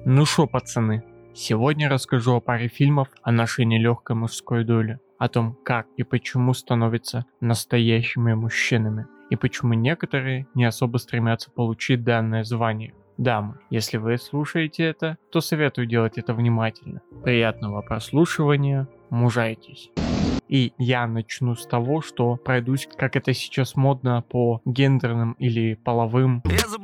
Ну шо, пацаны, сегодня расскажу о паре фильмов о нашей нелегкой мужской доле, о том, как и почему становятся настоящими мужчинами, и почему некоторые не особо стремятся получить данное звание. Дамы, если вы слушаете это, то советую делать это внимательно. Приятного прослушивания, мужайтесь. И я начну с того, что пройдусь, как это сейчас модно, по гендерным или половым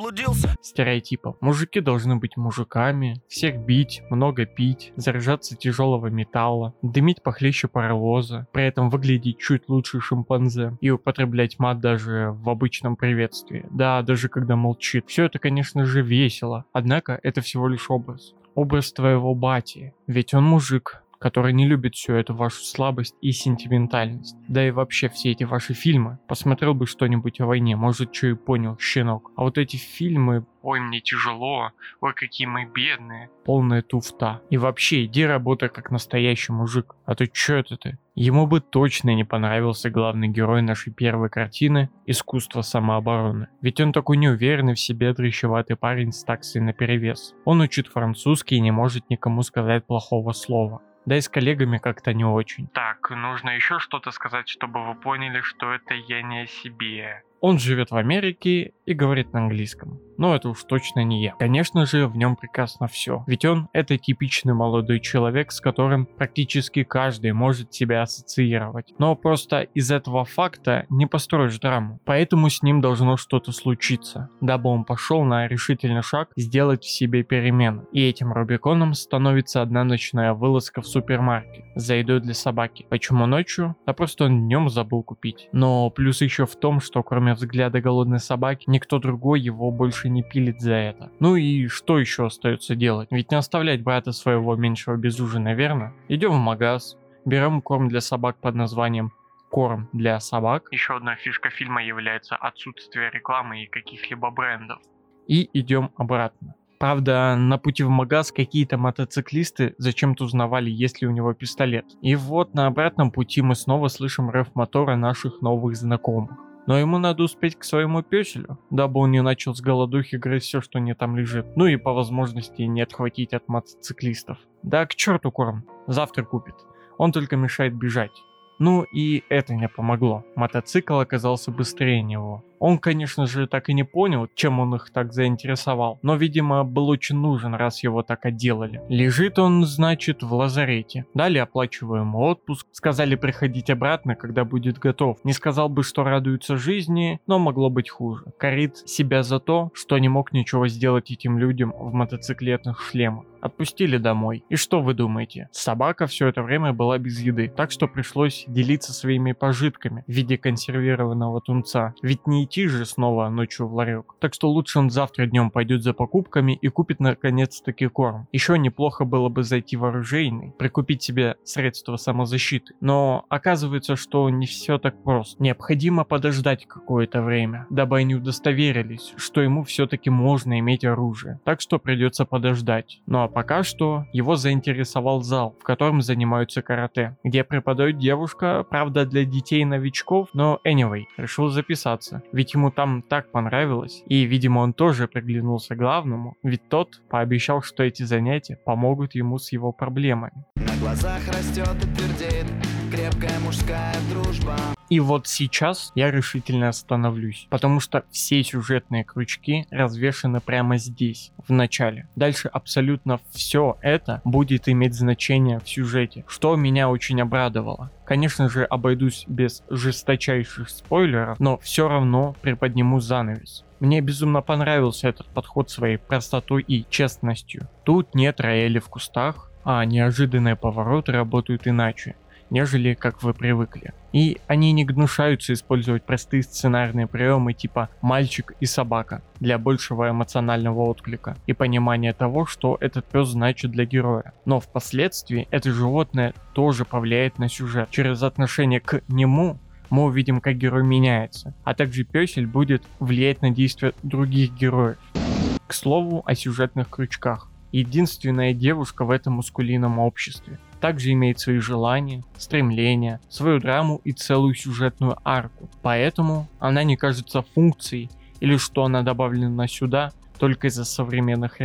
стереотипам. Мужики должны быть мужиками, всех бить, много пить, заряжаться тяжелого металла, дымить похлеще паровоза, при этом выглядеть чуть лучше шимпанзе и употреблять мат даже в обычном приветствии. Да, даже когда молчит. Все это, конечно же, весело, однако это всего лишь образ. Образ твоего бати, ведь он мужик, который не любит всю эту вашу слабость и сентиментальность. Да и вообще все эти ваши фильмы. Посмотрел бы что-нибудь о войне, может, что и понял, щенок. А вот эти фильмы, ой, мне тяжело, ой, какие мы бедные, полная туфта. И вообще, иди работай как настоящий мужик, а то чё это ты? Ему бы точно не понравился главный герой нашей первой картины «Искусство самообороны». Ведь он такой неуверенный в себе дрыщеватый парень с таксой наперевес. Он учит французский и не может никому сказать плохого слова. Да и с коллегами как-то не очень. Так, нужно еще что-то сказать, чтобы вы поняли, что это я не о себе. Он живет в Америке и говорит на английском. Но это уж точно не я. Конечно же, в нем прекрасно все. Ведь он — это типичный молодой человек, с которым практически каждый может себя ассоциировать. Но просто из этого факта не построишь драму. Поэтому с ним должно что-то случиться, дабы он пошел на решительный шаг сделать в себе перемены. И этим Рубиконом становится одна ночная вылазка в супермаркет за едой для собаки. Почему ночью? Да просто он днем забыл купить. Но плюс еще в том, что кроме взгляда голодной собаки, никто другой его больше не пилит за это. Ну и что еще остается делать? Ведь не оставлять брата своего меньшего без ужина, верно? Идем в магаз, берем корм для собак под названием «Корм для собак». Еще одна фишка фильма является отсутствие рекламы и каких-либо брендов. И идем обратно. Правда, на пути в магаз какие-то мотоциклисты зачем-то узнавали, есть ли у него пистолет. И вот на обратном пути мы снова слышим рев мотора наших новых знакомых. Но ему надо успеть к своему пёселю, дабы он не начал с голодухи грызть все, что не там лежит. Ну и по возможности не отхватить от мотоциклистов. Да к черту корм, завтра купит. Он только мешает бежать. Ну и это не помогло. Мотоцикл оказался быстрее него. Он, конечно же, так и не понял, чем он их так заинтересовал, но, видимо, был очень нужен, раз его так отделали. Лежит он, значит, в лазарете. Дали оплачиваемый отпуск, сказали приходить обратно, когда будет готов. Не сказал бы, что радуется жизни, но могло быть хуже. Корит себя за то, что не мог ничего сделать этим людям в мотоциклетных шлемах. Отпустили домой. И что вы думаете? Собака все это время была без еды, так что пришлось делиться своими пожитками в виде консервированного тунца. Ведь не идти же снова ночью в ларек. Так что лучше он завтра днем пойдет за покупками и купит наконец-таки корм. Еще неплохо было бы зайти в оружейный, прикупить себе средства самозащиты. Но оказывается, что не все так просто. Необходимо подождать какое-то время, дабы они удостоверились, что ему все-таки можно иметь оружие. Так что придется подождать. Ну а пока что его заинтересовал зал, в котором занимаются карате, где преподает девушка, правда для детей-новичков, но anyway, решил записаться. Ведь ему там так понравилось, и, видимо, он тоже приглянулся главному, ведь тот пообещал, что эти занятия помогут ему с его проблемами. На глазах растет и твердеет крепкая мужская дружба. И вот сейчас я решительно остановлюсь, потому что все сюжетные крючки развешаны прямо здесь, в начале. Дальше абсолютно все это будет иметь значение в сюжете, что меня очень обрадовало. Конечно же, обойдусь без жесточайших спойлеров, но все равно приподниму занавес. Мне безумно понравился этот подход своей простотой и честностью. Тут нет рояли в кустах, а неожиданные повороты работают иначе, нежели как вы привыкли. И они не гнушаются использовать простые сценарные приемы типа «мальчик и собака» для большего эмоционального отклика и понимания того, что этот пес значит для героя. Но впоследствии это животное тоже повлияет на сюжет. Через отношение к нему мы увидим, как герой меняется, а также пёсель будет влиять на действия других героев. К слову о сюжетных крючках. Единственная девушка в этом маскулинном обществе. Также имеет свои желания, стремления, свою драму и целую сюжетную арку. Поэтому она не кажется функцией или что она добавлена сюда только из-за современных реалий.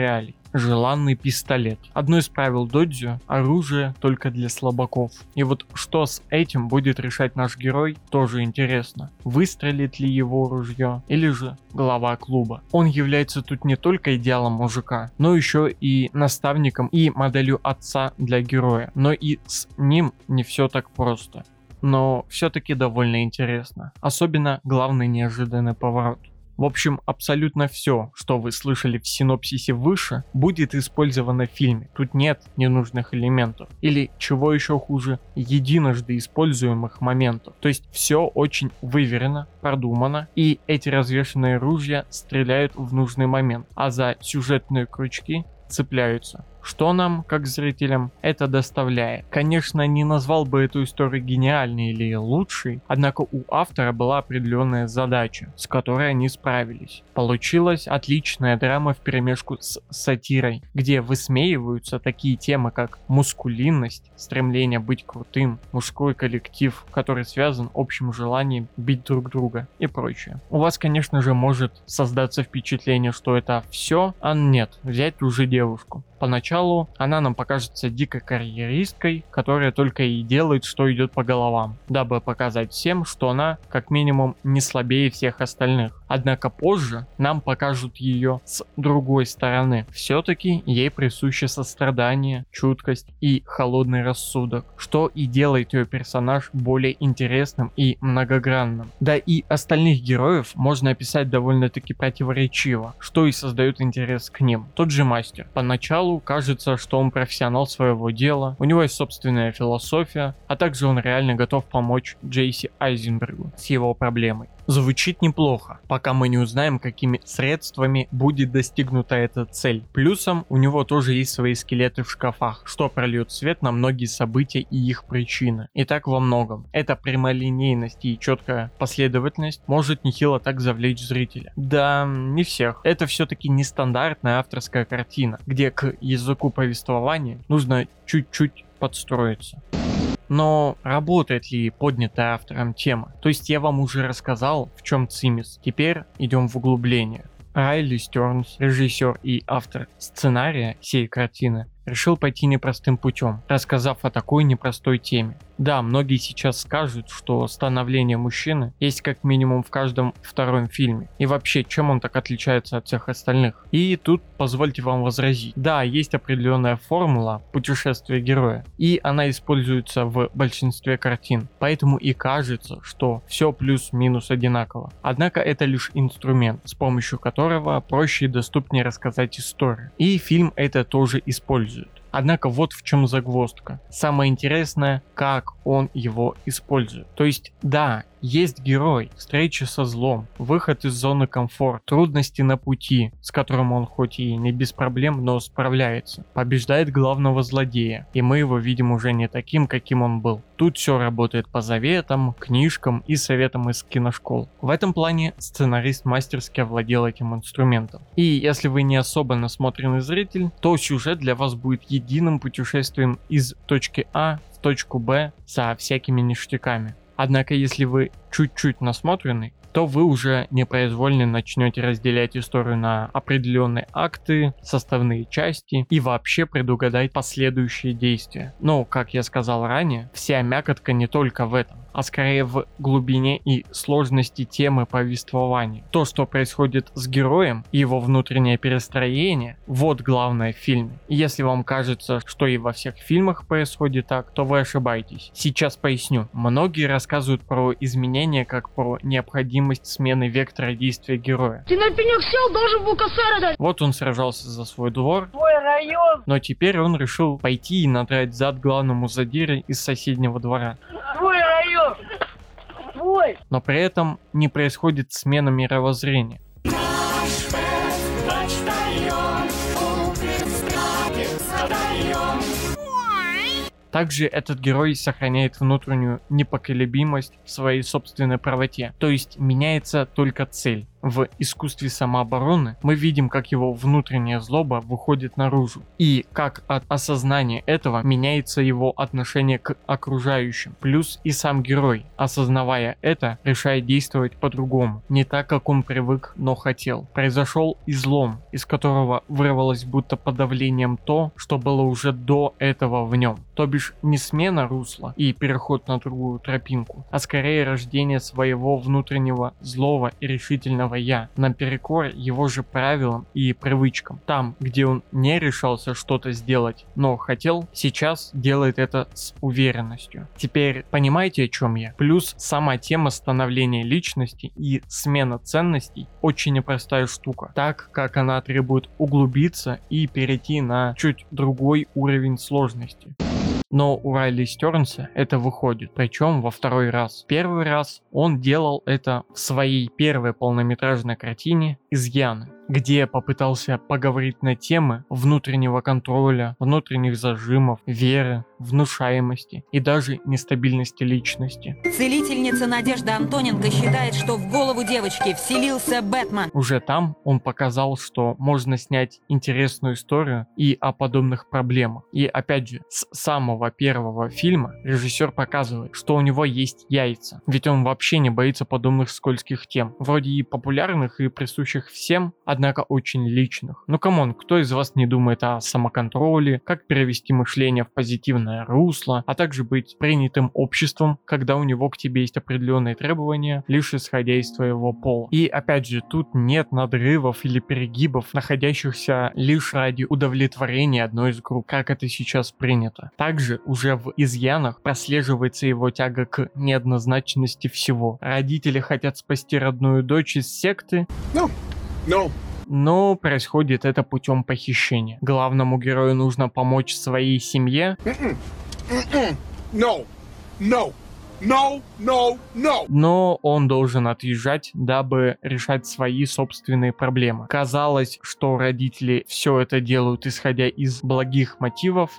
желанный пистолет. Одно из правил додзё – оружие только для слабаков. И вот что с этим будет решать наш герой, тоже интересно. Выстрелит ли его ружье или же глава клуба. Он является тут не только идеалом мужика, но еще и наставником и моделью отца для героя. Но и с ним не все так просто. Но все-таки довольно интересно. Особенно главный неожиданный поворот. В общем, абсолютно все, что вы слышали в синопсисе выше, будет использовано в фильме. Тут нет ненужных элементов. Или, чего еще хуже, единожды используемых моментов. То есть все очень выверено, продумано, и эти развешенные ружья стреляют в нужный момент, а за сюжетные крючки цепляются. Что нам, как зрителям, это доставляет? Конечно, не назвал бы эту историю гениальной или лучшей, однако у автора была определенная задача, с которой они справились. Получилась отличная драма вперемешку с сатирой, где высмеиваются такие темы, как мускулинность, стремление быть крутым, мужской коллектив, который связан общим желанием бить друг друга и прочее. У вас, конечно же, может создаться впечатление, что это все, а нет, взять ту же девушку. Поначалу она нам покажется дико карьеристкой, которая только и делает, что идет по головам, дабы показать всем, что она, как минимум, не слабее всех остальных. Однако позже нам покажут ее с другой стороны. Все-таки ей присуще сострадание, чуткость и холодный рассудок, что и делает ее персонаж более интересным и многогранным. Да и остальных героев можно описать довольно-таки противоречиво, что и создает интерес к ним. Тот же мастер. Поначалу кажется, что он профессионал своего дела, у него есть собственная философия, а также он реально готов помочь Джейси Айзенбергу с его проблемой. Звучит неплохо, пока мы не узнаем, какими средствами будет достигнута эта цель. Плюсом у него тоже есть свои скелеты в шкафах, что прольет свет на многие события и их причины. И так во многом. Эта прямолинейность и четкая последовательность может нехило так завлечь зрителя. Да, не всех. Это все-таки нестандартная авторская картина, где к языку повествования нужно чуть-чуть подстроиться. Но работает ли поднятая автором тема? То есть я вам уже рассказал, в чем цимис. Теперь идем в углубление. Райли Стернс, режиссер и автор сценария всей картины, решил пойти непростым путем, рассказав о такой непростой теме. Да, многие сейчас скажут, что становление мужчины есть как минимум в каждом втором фильме. И вообще, чем он так отличается от всех остальных? И тут позвольте вам возразить. Да, есть определенная формула путешествия героя, и она используется в большинстве картин. Поэтому и кажется, что все плюс-минус одинаково. Однако это лишь инструмент, с помощью которого проще и доступнее рассказать историю. И фильм это тоже использует. Однако вот в чем загвоздка. Самое интересное, как он его использует. То есть, да, есть герой, встреча со злом, выход из зоны комфорта, трудности на пути, с которым он хоть и не без проблем, но справляется. Побеждает главного злодея, и мы его видим уже не таким, каким он был. Тут все работает по заветам, книжкам и советам из киношкол. В этом плане сценарист мастерски овладел этим инструментом. И если вы не особо насмотренный зритель, то сюжет для вас будет единым путешествием из точки А в точку Б со всякими ништяками. Однако, если вы чуть-чуть насмотрены, то вы уже непроизвольно начнете разделять историю на определенные акты, составные части и вообще предугадать последующие действия. Но, как я сказал ранее, вся мякотка не только в этом, а скорее в глубине и сложности темы повествования. То, что происходит с героем и его внутреннее перестроение, вот главное в фильме. И если вам кажется, что и во всех фильмах происходит так, то вы ошибаетесь. Сейчас поясню. Многие рассказывают про изменения как про необходимость смены вектора действия героя. Ты на пенек сел, должен был косарь дать. Вот он сражался за свой двор, Твой район, но теперь он решил пойти и надрать зад главному задире из соседнего двора. твой район, твой. Но при этом не происходит смена мировоззрения. Также этот герой сохраняет внутреннюю непоколебимость в своей собственной правоте, то есть меняется только цель. В искусстве самообороны мы видим, как его внутренняя злоба выходит наружу, и как от осознания этого меняется его отношение к окружающим. Плюс и сам герой, осознавая это, решает действовать по-другому, не так, как он привык, но хотел. Произошел излом, из которого вырвалось будто подавлением то, что было уже до этого в нем. То бишь не смена русла и переход на другую тропинку, а скорее рождение своего внутреннего злого и решительного я, наперекор его же правилам и привычкам. Там, где он не решался что-то сделать, но хотел, сейчас делает это с уверенностью. Теперь понимаете, о чем я? Плюс сама тема становления личности и смена ценностей очень непростая штука, так как она требует углубиться и перейти на чуть другой уровень сложности. Но у Райли Стернса это выходит, причем во второй раз. Первый раз он делал это в своей первой полнометражной картине «Изъяны», где попытался поговорить на темы внутреннего контроля, внутренних зажимов, веры, внушаемости и даже нестабильности личности. Целительница Надежда Антоненко считает, что в голову девочки вселился Бэтмен. Уже там он показал, что можно снять интересную историю и о подобных проблемах. И опять же, с самого первого фильма режиссер показывает, что у него есть яйца. Ведь он вообще не боится подобных скользких тем. Вроде и популярных, и присущих всем, однако очень личных. Ну камон, кто из вас не думает о самоконтроле, как перевести мышление в позитивное русло, а также быть принятым обществом, когда у него к тебе есть определенные требования, лишь исходя из твоего пола. И опять же, тут нет надрывов или перегибов, находящихся лишь ради удовлетворения одной из групп, как это сейчас принято. Также уже в «Изъянах» прослеживается его тяга к неоднозначности всего. Родители хотят спасти родную дочь из секты, но происходит это путем похищения. Главному герою нужно помочь своей семье. Но он должен отъезжать, дабы решать свои собственные проблемы. Казалось, что родители все это делают, исходя из благих мотивов.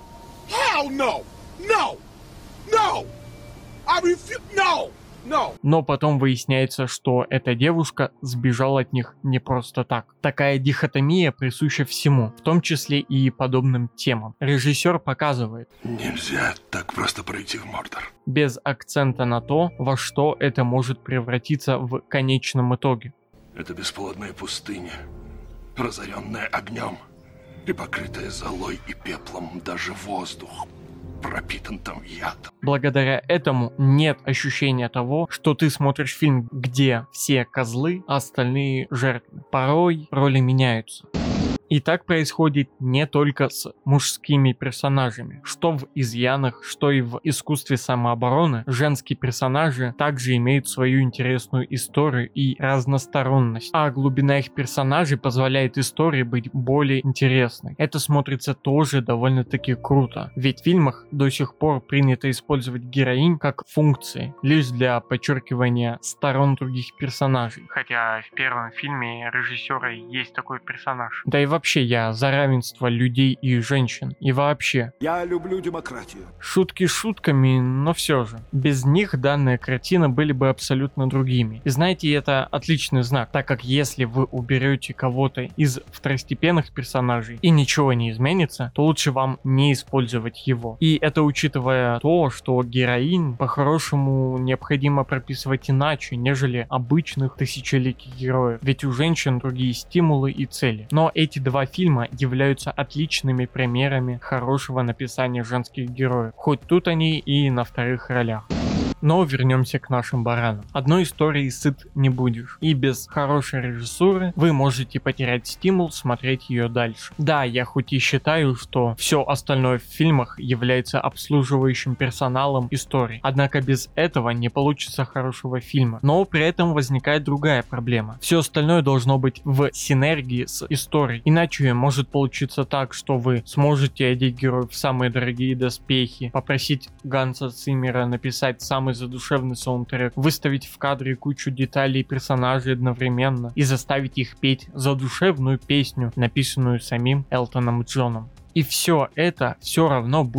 Но потом выясняется, что эта девушка сбежала от них не просто так. Такая дихотомия присуща всему, в том числе и подобным темам. Режиссер показывает: нельзя так просто пройти в Мордор. Без акцента на то, во что это может превратиться в конечном итоге. Это бесплодная пустыня, разоренная огнем и покрытая золой и пеплом, даже воздух пропитан там ядом. Благодаря этому нет ощущения того, что ты смотришь фильм, где все козлы, а остальные жертвы. Порой роли меняются. И так происходит не только с мужскими персонажами. Что в «Изъянах», что и в искусстве самообороны, женские персонажи также имеют свою интересную историю и разносторонность. А глубина их персонажей позволяет истории быть более интересной. Это смотрится тоже довольно-таки круто. Ведь в фильмах до сих пор принято использовать героинь как функции, лишь для подчеркивания сторон других персонажей. Хотя в первом фильме режиссера есть такой персонаж. Да и вообще я за равенство людей и женщин. И вообще. Я люблю демократию. Шутки шутками, но все же. Без них данная картина были бы абсолютно другими. И знаете, это отличный знак, так как если вы уберете кого-то из второстепенных персонажей и ничего не изменится, то лучше вам не использовать его. И это учитывая то, что героинь по-хорошему необходимо прописывать иначе, нежели обычных тысячеликих героев. Ведь у женщин другие стимулы и цели. Но эти два фильма являются отличными примерами хорошего написания женских героев, хоть тут они и на вторых ролях. Но вернемся к нашим баранам. Одной историей сыт не будешь. И без хорошей режиссуры вы можете потерять стимул смотреть ее дальше. Да, я хоть и считаю, что все остальное в фильмах является обслуживающим персоналом истории. Однако без этого не получится хорошего фильма. Но при этом возникает другая проблема. Все остальное должно быть в синергии с историей. Иначе может получиться так, что вы сможете одеть героев в самые дорогие доспехи, попросить Ганса Циммера написать самый задушевный саундтрек, выставить в кадре кучу деталей и персонажей одновременно и заставить их петь задушевную песню, написанную самим Элтоном Джоном. И все это все равно будет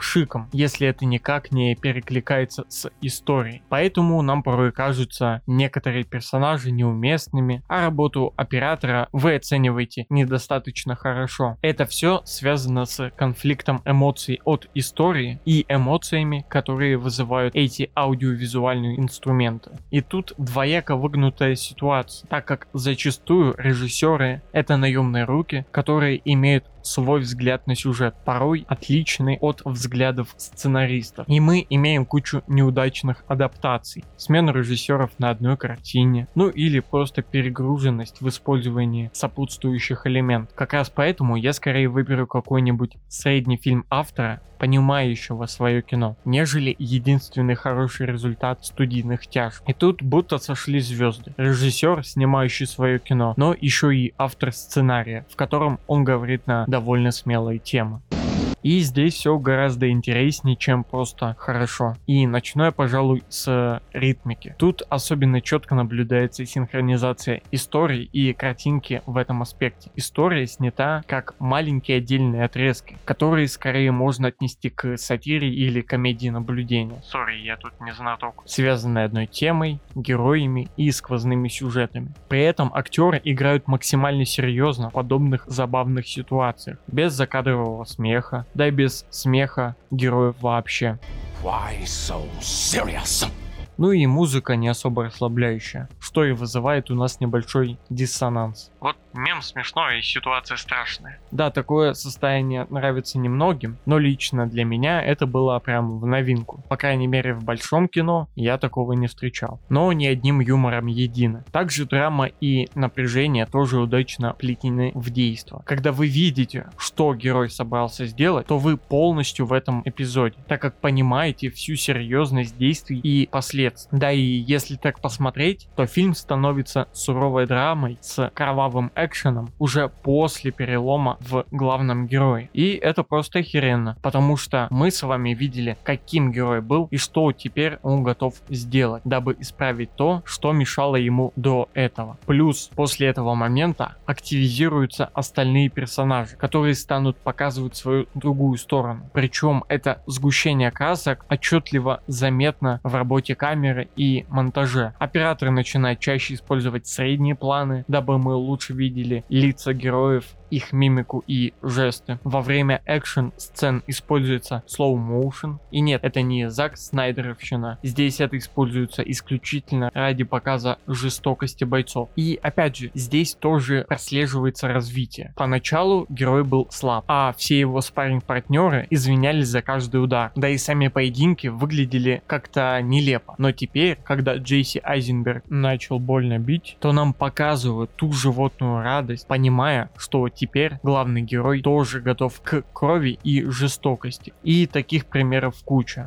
пшиком, если это никак не перекликается с историей. Поэтому нам порой кажутся некоторые персонажи неуместными, а работу оператора вы оцениваете недостаточно хорошо. Это все связано с конфликтом эмоций от истории и эмоциями, которые вызывают эти аудиовизуальные инструменты. И тут двояко выгнутая ситуация, так как зачастую режиссеры — это наемные руки, которые имеют свой взгляд на сюжет, порой отличный от взглядов сценаристов. И мы имеем кучу неудачных адаптаций, смену режиссеров на одной картине, ну или просто перегруженность в использовании сопутствующих элементов. Как раз поэтому я скорее выберу какой-нибудь средний фильм автора, понимающего свое кино, нежели единственный хороший результат студийных тяжб. И тут будто сошли звезды. Режиссер, снимающий свое кино, но еще и автор сценария, в котором он говорит на довольно смелые темы. И здесь все гораздо интереснее, чем просто хорошо. И начну я, пожалуй, с ритмики. Тут особенно четко наблюдается синхронизация истории и картинки в этом аспекте. История снята как маленькие отдельные отрезки, которые скорее можно отнести к сатире или комедии наблюдения. Я тут не знаток. Связанные одной темой, героями и сквозными сюжетами. При этом актеры играют максимально серьезно в подобных забавных ситуациях, без закадрового смеха, да и без смеха героев вообще. Why so serious? Ну и музыка не особо расслабляющая, что и вызывает у нас небольшой диссонанс. Вот мем смешной и ситуация страшная. Да, такое состояние нравится немногим, но лично для меня это было прям в новинку. По крайней мере в большом кино я такого не встречал. Но не одним юмором едины. Также драма и напряжение тоже удачно плетены в действо. Когда вы видите, что герой собрался сделать, то вы полностью в этом эпизоде, так как понимаете всю серьезность действий и последствий. Да и если так посмотреть, то фильм становится суровой драмой с кровавым экшеном уже после перелома в главном герое. И это просто охеренно, потому что мы с вами видели, каким герой был и что теперь он готов сделать, дабы исправить то, что мешало ему до этого. Плюс после этого момента активизируются остальные персонажи, которые станут показывать свою другую сторону. Причем это сгущение красок отчетливо заметно в работе камеры и монтаже. Операторы начинают чаще использовать средние планы, дабы мы лучше видели лица героев, их мимику и жесты. Во время экшн-сцен используется slow motion. И нет, это не Зак Снайдеровщина. Здесь это используется исключительно ради показа жестокости бойцов. И опять же, здесь тоже прослеживается развитие. Поначалу герой был слаб, а все его спарринг-партнеры извинялись за каждый удар. Да и сами поединки выглядели как-то нелепо. Но теперь, когда Джесси Айзенберг начал больно бить, то нам показывают ту животную радость, понимая, что теперь главный герой тоже готов к крови и жестокости. И таких примеров куча.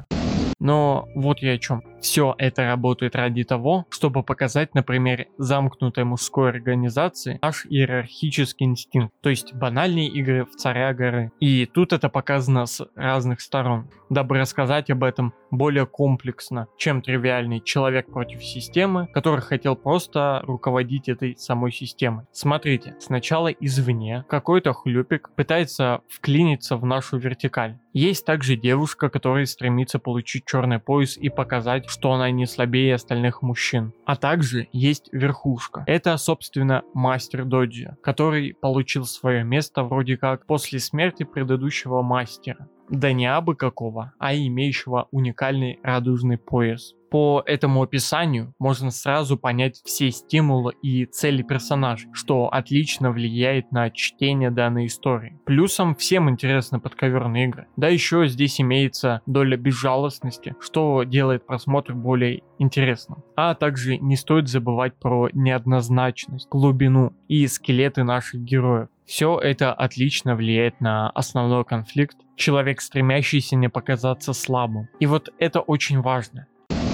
Но вот я о чем. Все это работает ради того, чтобы показать на примере замкнутой мужской организации наш иерархический инстинкт, то есть банальные игры в царя горы. И тут это показано с разных сторон, дабы рассказать об этом более комплексно, чем тривиальный человек против системы, который хотел просто руководить этой самой системой. Смотрите, сначала извне какой-то хлюпик пытается вклиниться в нашу вертикаль. Есть также девушка, которая стремится получить черный пояс и показать, что она не слабее остальных мужчин. А также есть верхушка. Это, собственно, мастер доджи, который получил свое место вроде как после смерти предыдущего мастера. Да не абы какого, а имеющего уникальный радужный пояс. По этому описанию можно сразу понять все стимулы и цели персонажей, что отлично влияет на чтение данной истории. Плюсом всем интересны подковерные игры. Да еще здесь имеется доля безжалостности, что делает просмотр более интересным. А также не стоит забывать про неоднозначность, глубину и скелеты наших героев. Все это отлично влияет на основной конфликт. Человек, стремящийся не показаться слабым. И вот это очень важно.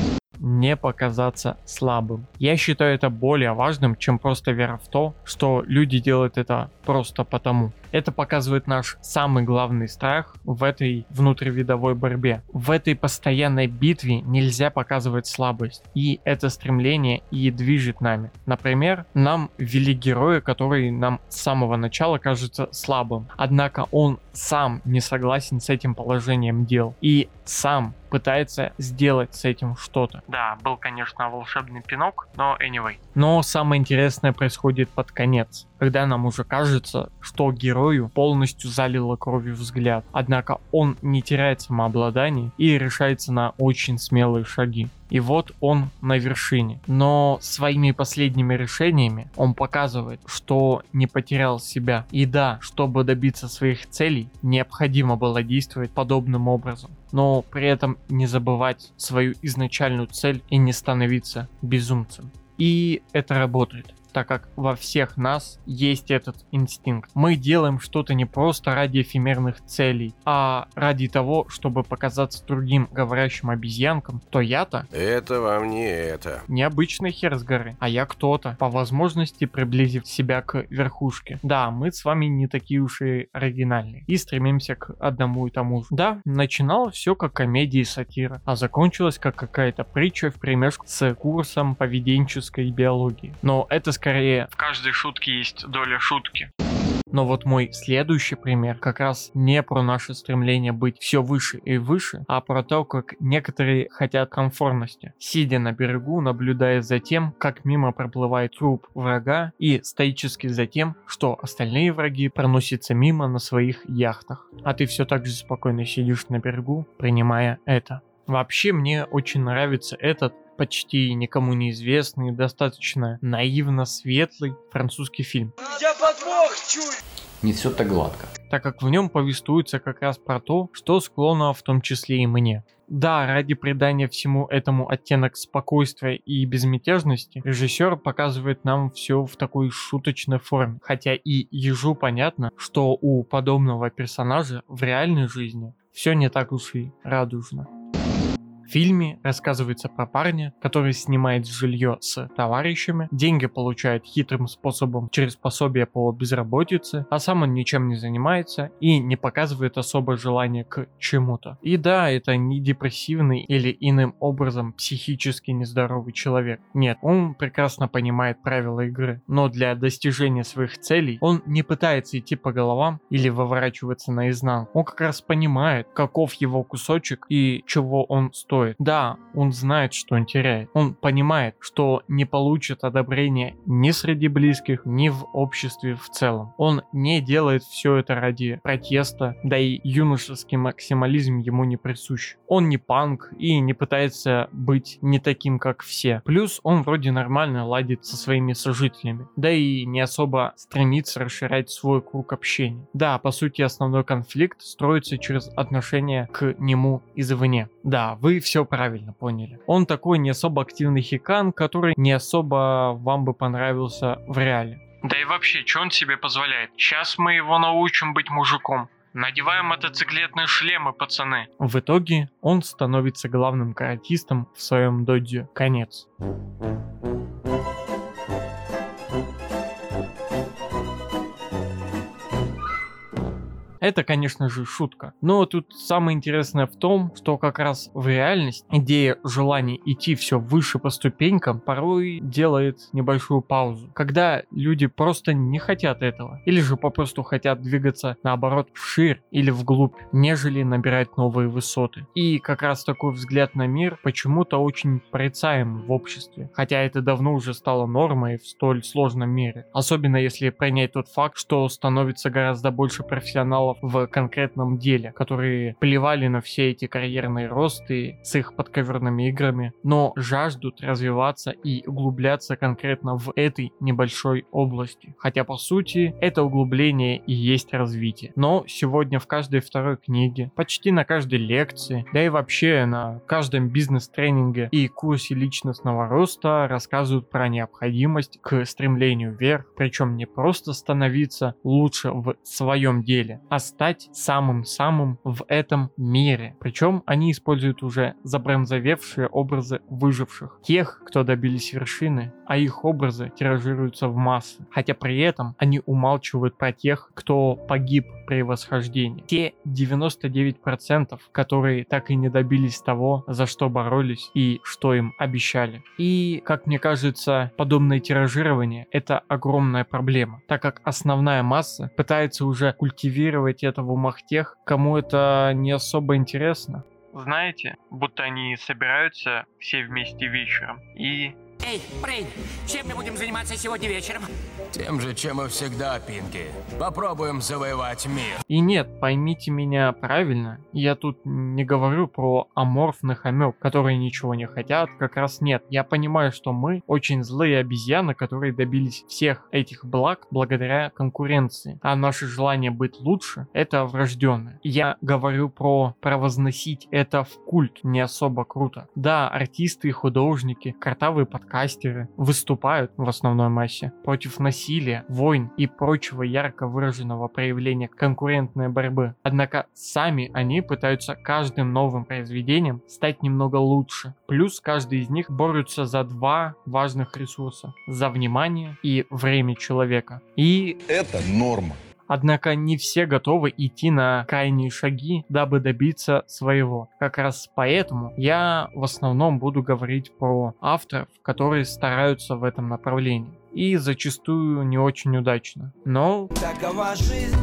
Не показаться слабым. Я считаю это более важным, чем просто вера в то, что люди делают это просто потому. Это показывает наш самый главный страх в этой внутривидовой борьбе. В этой постоянной битве нельзя показывать слабость, и это стремление и движет нами. Например, нам ввели героя, который нам с самого начала кажется слабым, однако он сам не согласен с этим положением дел и сам пытается сделать с этим что-то. Да, был, конечно, волшебный пинок, но anyway. Но самое интересное происходит под конец, когда нам уже кажется, что герою полностью залило кровью взгляд. Однако он не теряет самообладание и решается на очень смелые шаги. И вот он на вершине. Но своими последними решениями он показывает, что не потерял себя. И да, чтобы добиться своих целей, необходимо было действовать подобным образом. Но при этом не забывать свою изначальную цель и не становиться безумцем. И это работает, так как во всех нас есть этот инстинкт. Мы делаем что-то не просто ради эфемерных целей, а ради того, чтобы показаться другим говорящим обезьянкам, то я-то... Это вам не это. Необычный хер с горы, а я кто-то, по возможности приблизив себя к верхушке. Да, мы с вами не такие уж и оригинальные, и стремимся к одному и тому же. Да, начиналось все как комедия и сатира, а закончилось как какая-то притча вперемешку с курсом поведенческой биологии. Но это скорее в каждой шутке есть доля шутки. Но вот мой следующий пример как раз не про наше стремление быть все выше и выше, а про то, как некоторые хотят комфортности, сидя на берегу, наблюдая за тем, как мимо проплывает труп врага, и стоически за тем, что остальные враги проносятся мимо на своих яхтах. А ты все так же спокойно сидишь на берегу, принимая это. Вообще мне очень нравится этот почти никому неизвестный, достаточно наивно светлый французский фильм. Я подвох чую. Не все так гладко. Так как в нем повествуется как раз про то, что склонно в том числе и мне. Да, ради придания всему этому оттенок спокойствия и безмятежности, режиссер показывает нам все в такой шуточной форме. Хотя и ежу понятно, что у подобного персонажа в реальной жизни все не так уж и радужно. В фильме рассказывается про парня, который снимает жилье с товарищами, деньги получает хитрым способом через пособие по безработице, а сам он ничем не занимается и не показывает особое желание к чему-то. И да, это не депрессивный или иным образом психически нездоровый человек. Нет, он прекрасно понимает правила игры, но для достижения своих целей он не пытается идти по головам или выворачиваться наизнанку. Он как раз понимает, каков его кусочек и чего он стоит. Да, он знает, что он теряет. Он понимает, что не получит одобрения ни среди близких, ни в обществе в целом. Он не делает все это ради протеста, да и юношеский максимализм ему не присущ. Он не панк и не пытается быть не таким, как все. Плюс он вроде нормально ладит со своими сожителями, да и не особо стремится расширять свой круг общения. Да, по сути основной конфликт строится через отношение к нему извне. Да, вы все правильно поняли. Он такой не особо активный хикан, который не особо вам бы понравился в реале. Да и вообще, что он себе позволяет? Сейчас мы его научим быть мужиком. Надеваем мотоциклетные шлемы, пацаны. В итоге он становится главным каратистом в своем додзе. Конец. Это, конечно же, шутка. Но тут самое интересное в том, что как раз в реальности идея желания идти все выше по ступенькам порой делает небольшую паузу. Когда люди просто не хотят этого. Или же попросту хотят двигаться наоборот вширь или вглубь, нежели набирать новые высоты. И как раз такой взгляд на мир почему-то очень порицаем в обществе. Хотя это давно уже стало нормой в столь сложном мире. Особенно если принять тот факт, что становится гораздо больше профессионалов в конкретном деле, которые плевали на все эти карьерные росты с их подковерными играми, но жаждут развиваться и углубляться конкретно в этой небольшой области. Хотя по сути это углубление и есть развитие. Но сегодня в каждой второй книге, почти на каждой лекции, да и вообще на каждом бизнес-тренинге и курсе личностного роста рассказывают про необходимость к стремлению вверх, причем не просто становиться лучше в своем деле, а стать самым-самым в этом мире. Причем они используют уже забронзовевшие образы выживших, тех, кто добились вершины, а их образы тиражируются в массы. Хотя при этом они умалчивают про тех, кто погиб при восхождении. Те 99%, которые так и не добились того, за что боролись и что им обещали. И, как мне кажется, подобное тиражирование — это огромная проблема, так как основная масса пытается уже культивировать это в умах тех, кому это не особо интересно. Знаете, будто они собираются все вместе вечером и... Эй, Брейн, чем мы будем заниматься сегодня вечером? Тем же, чем и всегда, Пинки. Попробуем завоевать мир. И нет, поймите меня правильно, я тут не говорю про аморфных амеб, которые ничего не хотят, как раз нет. Я понимаю, что мы очень злые обезьяны, которые добились всех этих благ благодаря конкуренции, а наше желание быть лучше — это врожденное. Я говорю про возносить это в культ, не особо круто. Да, артисты и художники, картавые подкастеры выступают в основной массе против насилия, войн и прочего ярко выраженного проявления конкурентной борьбы. Однако сами они пытаются каждым новым произведением стать немного лучше. Плюс каждый из них борются за два важных ресурса: за внимание и время человека. И это норма. Однако не все готовы идти на крайние шаги, дабы добиться своего. Как раз поэтому я в основном буду говорить про авторов, которые стараются в этом направлении. И зачастую не очень удачно. Но... Такова жизнь,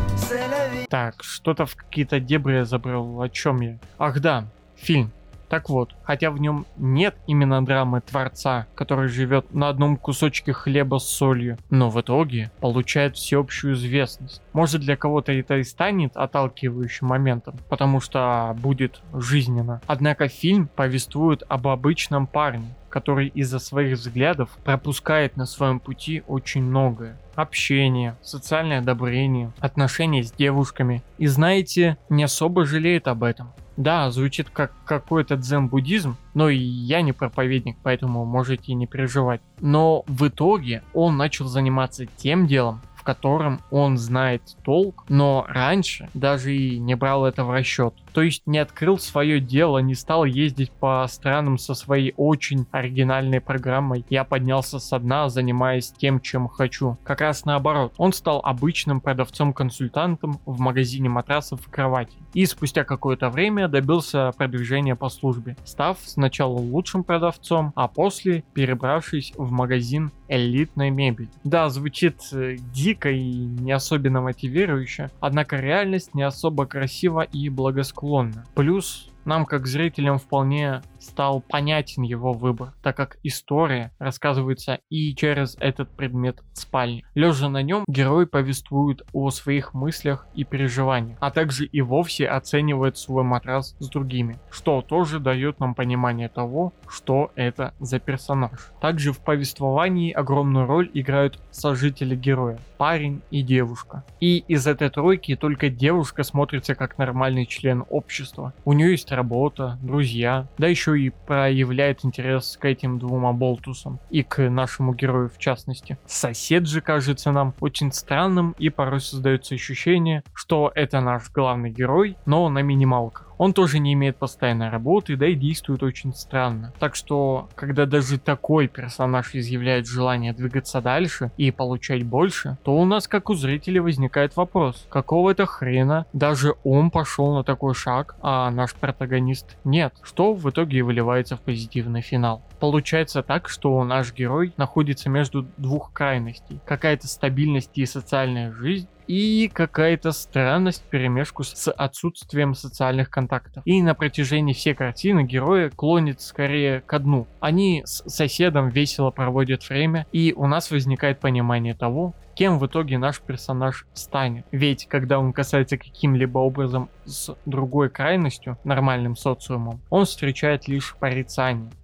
Так, что-то в какие-то дебри я забрал. О чем я? Ах да, фильм. Так вот, хотя в нем нет именно драмы творца, который живет на одном кусочке хлеба с солью, но в итоге получает всеобщую известность. Может, для кого-то это и станет отталкивающим моментом, потому что будет жизненно. Однако фильм повествует об обычном парне, который из-за своих взглядов пропускает на своем пути очень многое. Общение, социальное одобрение, отношения с девушками. И знаете, не особо жалеет об этом. Да, звучит как какой-то дзен-буддизм, но и я не проповедник, поэтому можете не переживать. Но в итоге он начал заниматься тем делом, в котором он знает толк, но раньше даже и не брал это в расчет. То есть не открыл свое дело, не стал ездить по странам со своей очень оригинальной программой. Я поднялся со дна, занимаясь тем, чем хочу. Как раз наоборот, он стал обычным продавцом-консультантом в магазине матрасов и кроватей. И спустя какое-то время добился продвижения по службе, став сначала лучшим продавцом, а после перебравшись в магазин элитной мебели. Да, звучит дико и не особенно мотивирующе, однако реальность не особо красива и благосклонна. Плюс нам, как зрителям, вполне стал понятен его выбор, так как история рассказывается и через этот предмет спальни. Лежа на нем, герой повествует о своих мыслях и переживаниях, а также и вовсе оценивает свой матрас с другими, что тоже дает нам понимание того, что это за персонаж. Также в повествовании огромную роль играют сожители героя, парень и девушка. И из этой тройки только девушка смотрится как нормальный член общества. У нее есть работа, друзья, да еще и проявляет интерес к этим двум оболтусам и к нашему герою в частности. Сосед же кажется нам очень странным, и порой создается ощущение, что это наш главный герой, но на минималках. Он тоже не имеет постоянной работы, да и действует очень странно. Так что, когда даже такой персонаж изъявляет желание двигаться дальше и получать больше, то у нас, как у зрителей, возникает вопрос: какого это хрена даже он пошел на такой шаг, а наш протагонист нет? Что в итоге и выливается в позитивный финал. Получается так, что наш герой находится между двух крайностей. Какая-то стабильность и социальная жизнь, и какая-то странность вперемешку с отсутствием социальных контактов. И на протяжении всей картины герои клонят скорее ко дну. Они с соседом весело проводят время, и у нас возникает понимание того, кем в итоге наш персонаж станет. Ведь когда он касается каким-либо образом с другой крайностью, нормальным социумом, он встречает лишь порицание.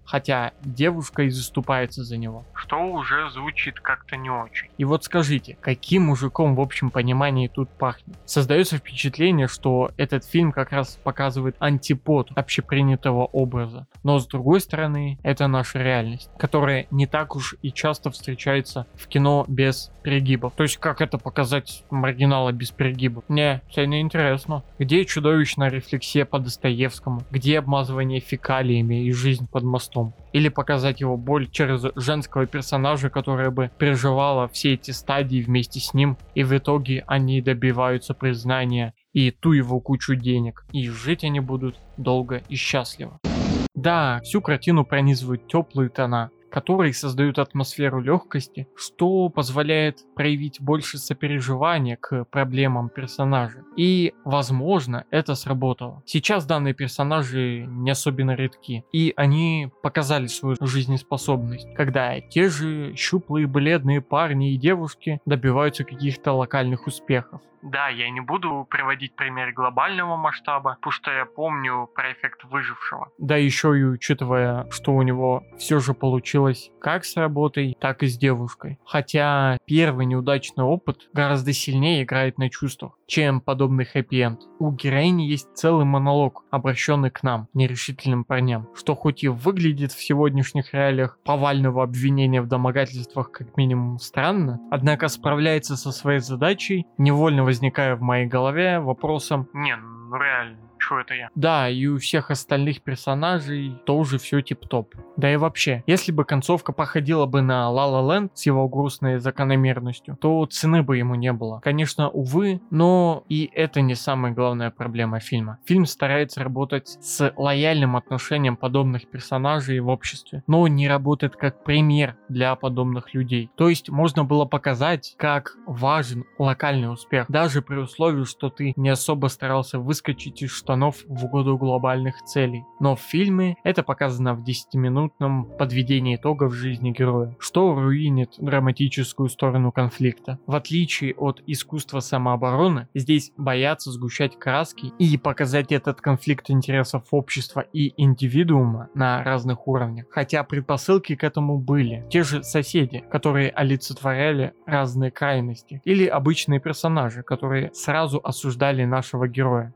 хотя девушка и заступается за него, что уже звучит как-то не очень. И вот скажите, каким мужиком в общем понимании тут пахнет? Создается впечатление, что этот фильм как раз показывает антипод общепринятого образа, но с другой стороны, это наша реальность, которая не так уж и часто встречается в кино без перегибов. То есть как это показать маргинала без перегибов? Не, это не интересно. Где чудовищная рефлексия по Достоевскому? Где обмазывание фекалиями и жизнь под мостом? Или показать его боль через женского персонажа, которая бы переживала все эти стадии вместе с ним, и в итоге они добиваются признания и ту его кучу денег, и жить они будут долго и счастливо. Да, всю картину пронизывают теплые тона, которые создают атмосферу легкости, что позволяет проявить больше сопереживания к проблемам персонажа. И, возможно, это сработало. Сейчас данные персонажи не особенно редки, и они показали свою жизнеспособность, когда те же щуплые бледные парни и девушки добиваются каких-то локальных успехов. Да, я не буду приводить пример глобального масштаба, потому что я помню про эффект выжившего. Да еще и учитывая, что у него все же получилось как с работой, так и с девушкой. Хотя первый неудачный опыт гораздо сильнее играет на чувствах, чем подобный хэппи-энд. У героини есть целый монолог, обращенный к нам, нерешительным парням, что хоть и выглядит в сегодняшних реалиях повального обвинения в домогательствах как минимум странно, однако справляется со своей задачей, невольно возникая в моей голове вопросом: не, ну реально, что это я? Да, и у всех остальных персонажей тоже все тип-топ. Да и вообще, если бы концовка походила бы на La La Land с его грустной закономерностью, то цены бы ему не было. Конечно, увы, но и это не самая главная проблема фильма. Фильм старается работать с лояльным отношением подобных персонажей в обществе, но не работает как пример для подобных людей. То есть можно было показать, как важен локальный успех, даже при условии, что ты не особо старался выскочить из штанов в угоду глобальных целей. Но в фильме это показано в 10-минутном подведении итогов жизни героя, что руинит драматическую сторону конфликта. В отличие от искусства самообороны, здесь боятся сгущать краски и показать этот конфликт интересов общества и индивидуума на разных уровнях. Хотя предпосылки к этому были. Те же соседи, которые олицетворяли разные крайности. Или обычные персонажи, которые сразу осуждали нашего героя.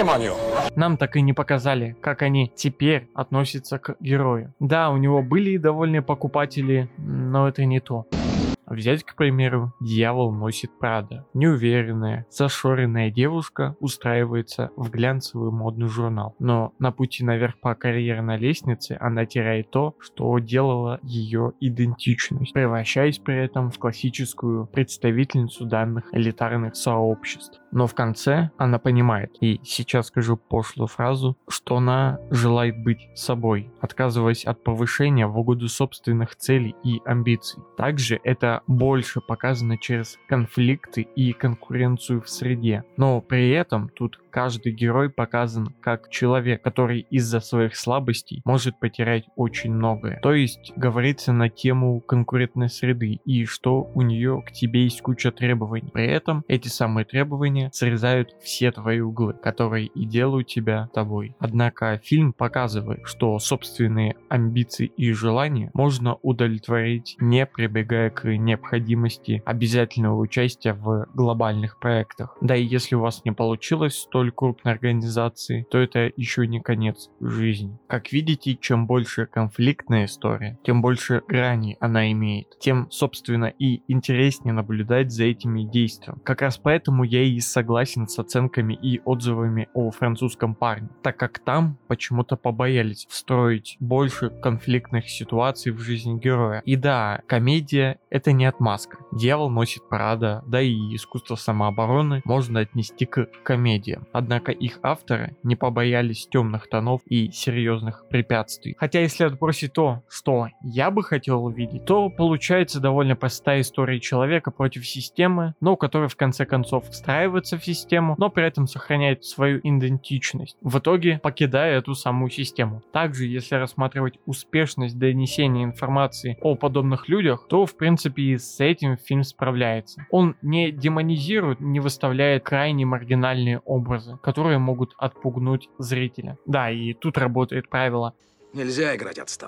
Нам так и не показали, как они теперь относятся к герою. Да, у него были и довольные покупатели, но это не то. Взять, к примеру, «Дьявол носит Прада». Неуверенная, зашоренная девушка устраивается в глянцевый модный журнал. Но на пути наверх по карьерной лестнице она теряет то, что делала ее идентичность, превращаясь при этом в классическую представительницу данных элитарных сообществ. Но в конце она понимает, и сейчас скажу пошлую фразу, что она желает быть собой, отказываясь от повышения в угоду собственных целей и амбиций. Также это больше показано через конфликты и конкуренцию в среде. Но при этом тут каждый герой показан как человек, который из-за своих слабостей может потерять очень многое. То есть говорится на тему конкурентной среды и что у нее к тебе есть куча требований. При этом эти самые требования срезают все твои углы, которые и делают тебя тобой. Однако фильм показывает, что собственные амбиции и желания можно удовлетворить, не прибегая к необходимости обязательного участия в глобальных проектах. Да и если у вас не получилось столь крупной организации, то это еще не конец жизни. Как видите, чем больше конфликтная история, тем больше граней она имеет, тем, собственно, и интереснее наблюдать за этими действиями. Как раз поэтому я и согласен с оценками и отзывами о «Французском парне», так как там почему-то побоялись встроить больше конфликтных ситуаций в жизнь героя. И да, комедия — это не отмазка. «Дьявол носит Прада», да и «Искусство самообороны» можно отнести к комедиям. Однако их авторы не побоялись темных тонов и серьезных препятствий. Хотя если отбросить то, что я бы хотел увидеть, то получается довольно простая история человека против системы, но который в конце концов встраивается в систему, но при этом сохраняет свою идентичность, в итоге покидая эту самую систему. Также, если рассматривать успешность донесения информации о подобных людях, то в принципе и с этим фильм справляется. Он не демонизирует, не выставляет крайне маргинальные образы, которые могут отпугнуть зрителя. Да, и тут работает правило: нельзя играть отсталых.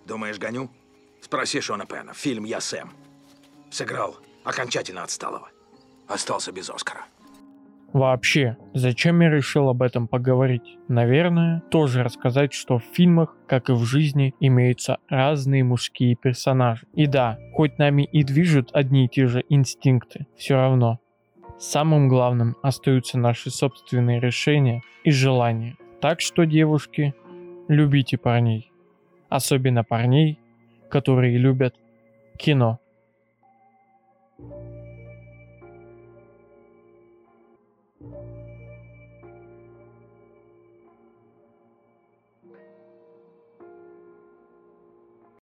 Думаешь, гоню? Спроси Шона Пена. Фильм «Я Сэм». Сыграл окончательно отсталого. Остался без Оскара. Вообще, зачем я решил об этом поговорить? Наверное, тоже рассказать, что в фильмах, как и в жизни, имеются разные мужские персонажи. И да, хоть нами и движут одни и те же инстинкты, все равно. Самым главным остаются наши собственные решения и желания. Так что, девушки, любите парней. Особенно парней, которые любят кино.